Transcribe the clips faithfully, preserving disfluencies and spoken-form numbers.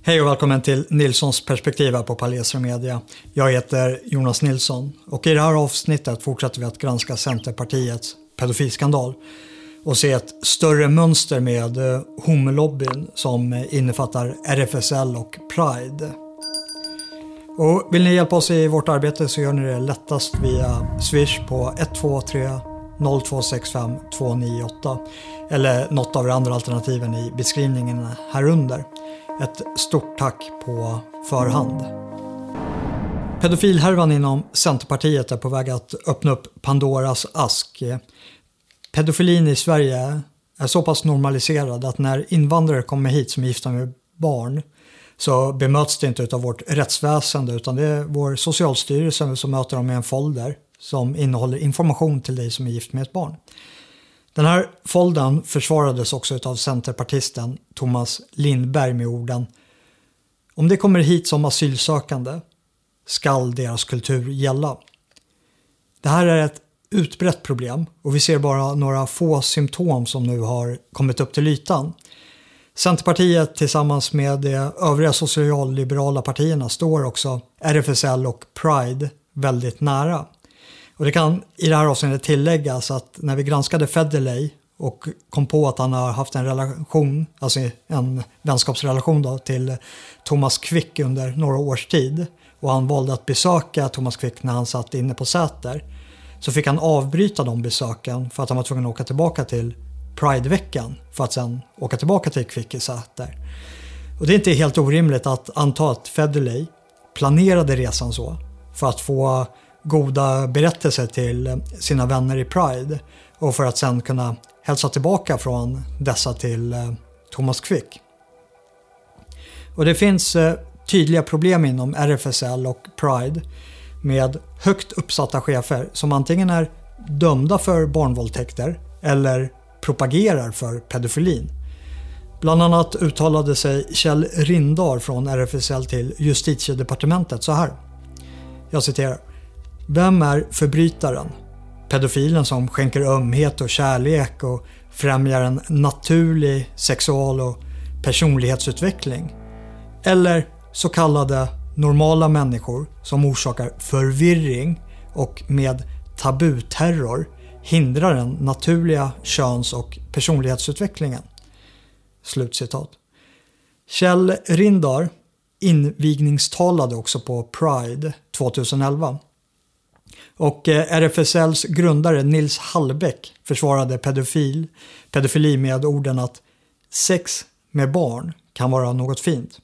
Hej och välkommen till Nilssons perspektiv på Palestra Media. Jag heter Jonas Nilsson och i det här avsnittet fortsätter vi att granska Centerpartiets pedofilskandal och se ett större mönster med homolobbyn som innefattar R F S L och Pride. Och vill ni hjälpa oss i vårt arbete så gör ni det lättast via Swish på ett två tre noll två sex fem två nio åtta eller något av de andra alternativen i beskrivningen här under. Ett stort tack på förhand. Pedofilhärvan inom Centerpartiet är på väg att öppna upp Pandoras ask. Pedofilin i Sverige är så pass normaliserad att när invandrare kommer hit som är gifta med barn så bemöts det inte av vårt rättsväsende utan det är vår socialstyrelse som möter dem med en folder som innehåller information till dig som är gift med ett barn. Den här foldern försvarades också av centerpartisten Thomas Lindberg med orden: om det kommer hit som asylsökande skall deras kultur gälla. Det här är ett utbrett problem och vi ser bara några få symptom som nu har kommit upp till ytan. Centerpartiet tillsammans med de övriga socialliberala partierna står också R F S L och Pride väldigt nära. Och det kan i det här avseendet tilläggas att när vi granskade Federley och kom på att han har haft en relation, alltså en vänskapsrelation då, till Thomas Quick under några års tid och han valde att besöka Thomas Quick när han satt inne på Säter, så fick han avbryta de besöken för att han var tvungen att åka tillbaka till Pride-veckan för att sen åka tillbaka till Quick i Säter. Och det är inte helt orimligt att anta att Federley planerade resan så för att få goda berättelser till sina vänner i Pride och för att sen kunna hälsa tillbaka från dessa till Thomas Quick. Och det finns tydliga problem inom R F S L och Pride med högt uppsatta chefer som antingen är dömda för barnvåldtäkter eller propagerar för pedofilin. Bland annat uttalade sig Kjell Rindahl från R F S L till Justitiedepartementet så här. Jag citerar: vem är förbrytaren? Pedofilen som skänker ömhet och kärlek och främjar en naturlig sexual- och personlighetsutveckling? Eller så kallade normala människor som orsakar förvirring och med tabuterror hindrar den naturliga köns- och personlighetsutvecklingen? Slutcitat. Kjell Rindahl invigningstalade också på Pride tjugoelva. Och R F S L:s grundare Nils Hallbäck försvarade pedofil, pedofili med orden att sex med barn kan vara något fint.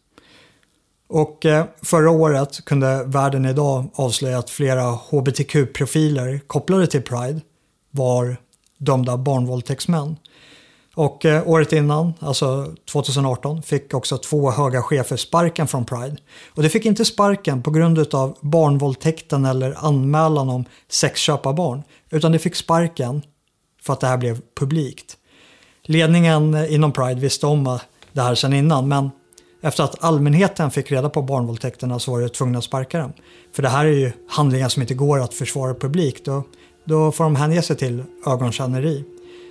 Och förra året kunde Världen idag avslöja att flera H B T Q-profiler kopplade till Pride var dömda barnvåldtäktsmän. Och eh, året innan, alltså tjugoarton, fick också två höga chefer sparken från Pride. Och det fick inte sparken på grund av barnvåldtäkten eller anmälan om sexköp av barn, utan det fick sparken för att det här blev publikt. Ledningen inom Pride visste om det här sedan innan, men efter att allmänheten fick reda på barnvåldtäkterna så var det tvungna att sparka dem. För det här är ju handlingar som inte går att försvara publikt och då får de hänge sig till ögonkänneri.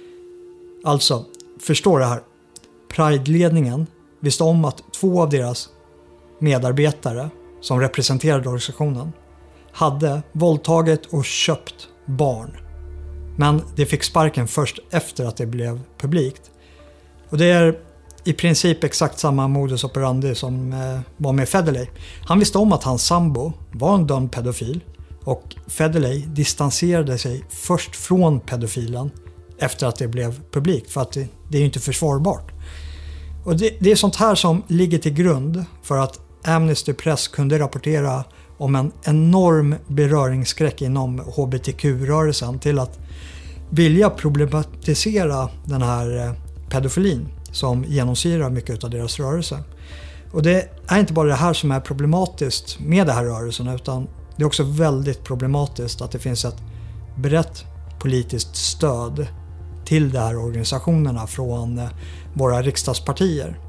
Alltså, förstå det här. Pride-ledningen visste om att två av deras medarbetare som representerade organisationen hade våldtagit och köpt barn. Men det fick sparken först efter att det blev publikt. Och det är i princip exakt samma modus operandi som eh, var med Federley. Han visste om att hans sambo var en dömd pedofil och Federley distanserade sig först från pedofilen efter att det blev publikt, för att det, det är ju inte försvarbart. Och det, det är sånt här som ligger till grund för att Amnesty Press kunde rapportera om en enorm beröringsskräck inom H B T Q-rörelsen till att vilja problematisera den här pedofilin som genomsyrar mycket av deras rörelse. Och det är inte bara det här som är problematiskt med den här rörelsen, utan det är också väldigt problematiskt att det finns ett brett politiskt stöd till de här organisationerna från våra riksdagspartier.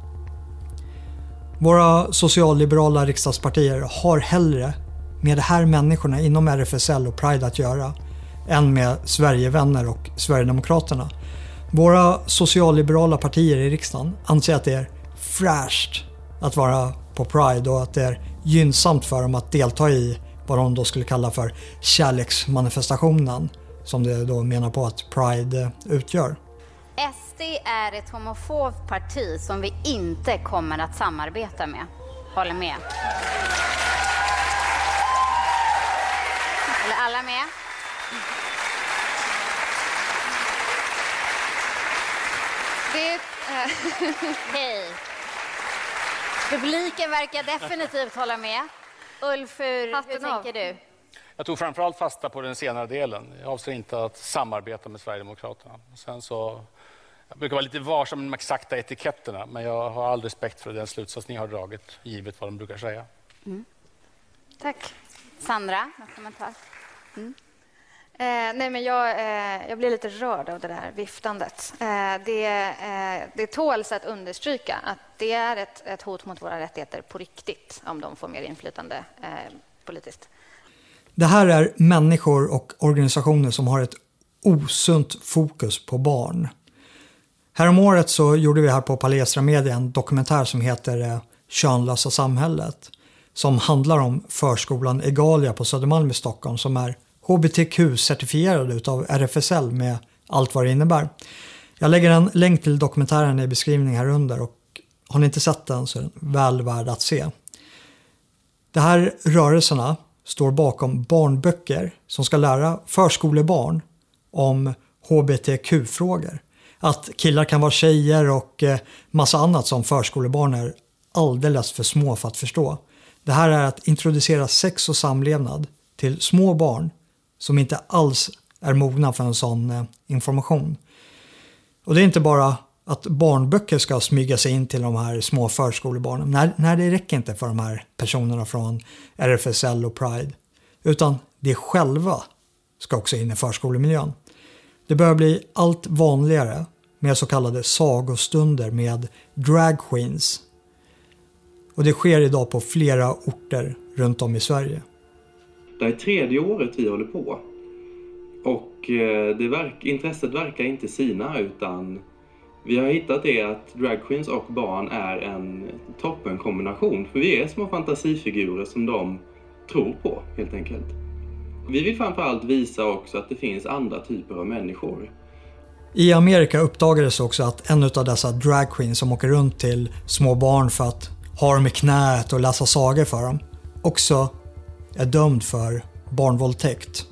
Våra socialliberala riksdagspartier har hellre med de här människorna inom R F S L och Pride att göra än med Sverigevänner och Sverigedemokraterna. Våra socialliberala partier i riksdagen anser att det är fräscht att vara på Pride och att det är gynnsamt för dem att delta i vad de då skulle kalla för kärleksmanifestationen som det då menar på att Pride utgör. S D är ett homofobt parti som vi inte kommer att samarbeta med. Håller med? Eller alla med? Det är... Hej. Publiken verkar definitivt hålla med. Ulf, hur, hur tänker du? Jag tog framförallt fasta på den senare delen. Jag avser inte att samarbeta med Sverigedemokraterna. Sen så, jag brukar vara lite varsam med de exakta etiketterna, men jag har all respekt för den slutsats ni har dragit, givet vad de brukar säga. Mm. Tack. Sandra, någon kommentar? Mm. Eh, nej men jag, eh, jag blir lite rörd av det där viftandet. Eh, det, eh, det tåls att understryka att det är ett, ett hot mot våra rättigheter på riktigt om de får mer inflytande eh, politiskt. Det här är människor och organisationer som har ett osunt fokus på barn. Häromåret så gjorde vi här på Palestra Media en dokumentär som heter Könlösa samhället, som handlar om förskolan Egalia på Södermalm i Stockholm som är H B T Q-certifierad utav R F S L med allt vad det innebär. Jag lägger en länk till dokumentären i beskrivningen här under och har ni inte sett den så är den väl värd att se. De här rörelserna står bakom barnböcker som ska lära förskolebarn om H B T Q-frågor. Att killar kan vara tjejer och massa annat som förskolebarn är alldeles för små för att förstå. Det här är att introducera sex och samlevnad till små barn som inte alls är mogna för en sån information. Och det är inte bara att barnböcker ska smyga sig in till de här små förskolebarnen. Nej, nej, det räcker inte för de här personerna från R F S L och Pride. Utan det själva ska också in i förskolemiljön. Det börjar bli allt vanligare med så kallade sagostunder med drag queens. Och det sker idag på flera orter runt om i Sverige. Det är tredje året vi håller på. Och det verk, intresset verkar inte sina utan vi har hittat det att drag queens och barn är en toppenkombination. För vi är små fantasifigurer som de tror på helt enkelt. Vi vill framförallt visa också att det finns andra typer av människor. I Amerika uppdagades också att en av dessa drag queens som åker runt till små barn för att ha dem i knät och läsa sagor för dem också är dömd för barnvåldtäkt.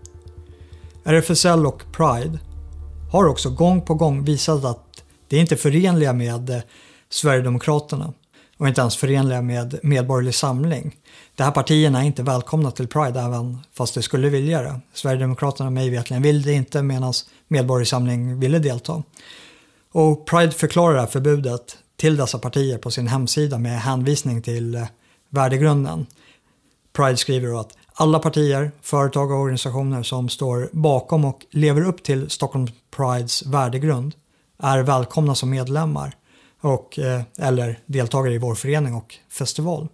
R F S L och Pride har också gång på gång visat att det är inte förenliga med Sverigedemokraterna och inte ens förenliga med Medborgerlig Samling. De här partierna är inte välkomna till Pride även fast det skulle vilja det. Sverigedemokraterna mig vetligen vill det inte medan Medborgerlig Samling ville delta. Och Pride förklarar det här förbudet till dessa partier på sin hemsida med hänvisning till värdegrunden. Pride skriver då att alla partier, företag och organisationer som står bakom och lever upp till Stockholm Prides värdegrund är välkomna som medlemmar och, eh, eller deltagare i vår förening och festival.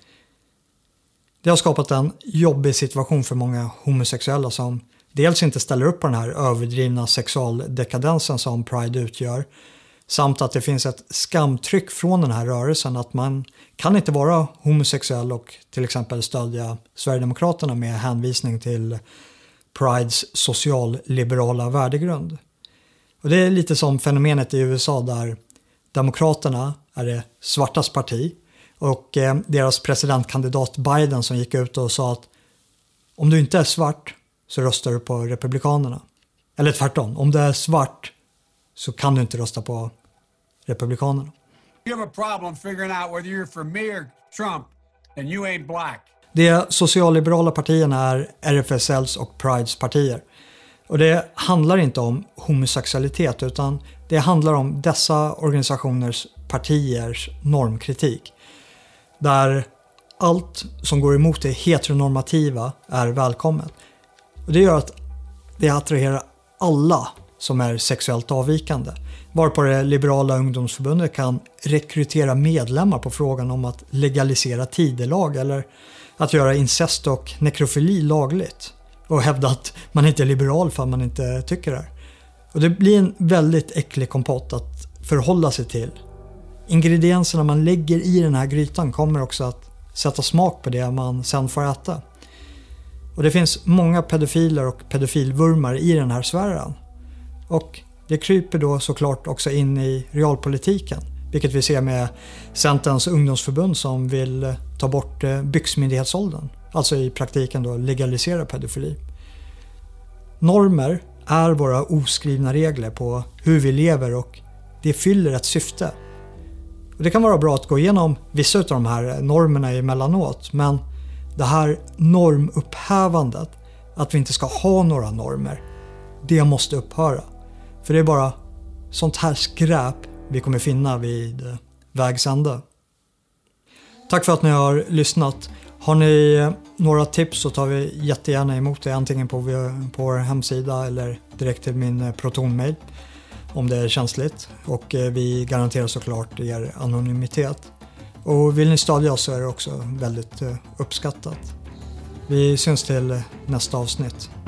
Det har skapat en jobbig situation för många homosexuella som dels inte ställer upp på den här överdrivna sexualdekadensen som Pride utgör, samt att det finns ett skamtryck från den här rörelsen att man kan inte vara homosexuell och till exempel stödja Sverigedemokraterna med hänvisning till Prides socialliberala värdegrund. Och det är lite som fenomenet i U S A där demokraterna är det svartas parti och eh, deras presidentkandidat Biden som gick ut och sa att om du inte är svart så röstar du på republikanerna. Eller tvärtom, om du är svart så kan du inte rösta på republikanerna. You have a problem figuring out whether you're for me or Trump and you ain't black. De socialliberala partierna är R F S L:s och Prides partier. Och det handlar inte om homosexualitet utan det handlar om dessa organisationers partiers normkritik. Där allt som går emot det heteronormativa är välkommet. Och det gör att det attraherar alla som är sexuellt avvikande. Varpå det liberala ungdomsförbundet kan rekrytera medlemmar på frågan om att legalisera tidelag eller att göra incest och nekrofili lagligt. Och hävda att man inte är liberal för att man inte tycker det. Och det blir en väldigt äcklig kompott att förhålla sig till ingredienserna man lägger i den här grytan kommer också att sätta smak på det man sen får äta. Och det finns många pedofiler och pedofilvurmar i den här sfären. Och det kryper då såklart också in i realpolitiken. Vilket vi ser med Centerns ungdomsförbund som vill ta bort byxmyndighetsåldern. Alltså i praktiken då legalisera pedofili. Normer är våra oskrivna regler på hur vi lever och det fyller ett syfte. Och det kan vara bra att gå igenom vissa av de här normerna emellanåt, men det här normupphävandet, att vi inte ska ha några normer, det måste upphöra. För det är bara sånt här skräp vi kommer finna vid vägs ände. Tack för att ni har lyssnat. Har ni några tips så tar vi jättegärna emot det, antingen på, på vår hemsida eller direkt till min protonmail om det är känsligt. Och vi garanterar såklart er anonymitet. Och vill ni stödja oss så är det också väldigt uppskattat. Vi syns till nästa avsnitt.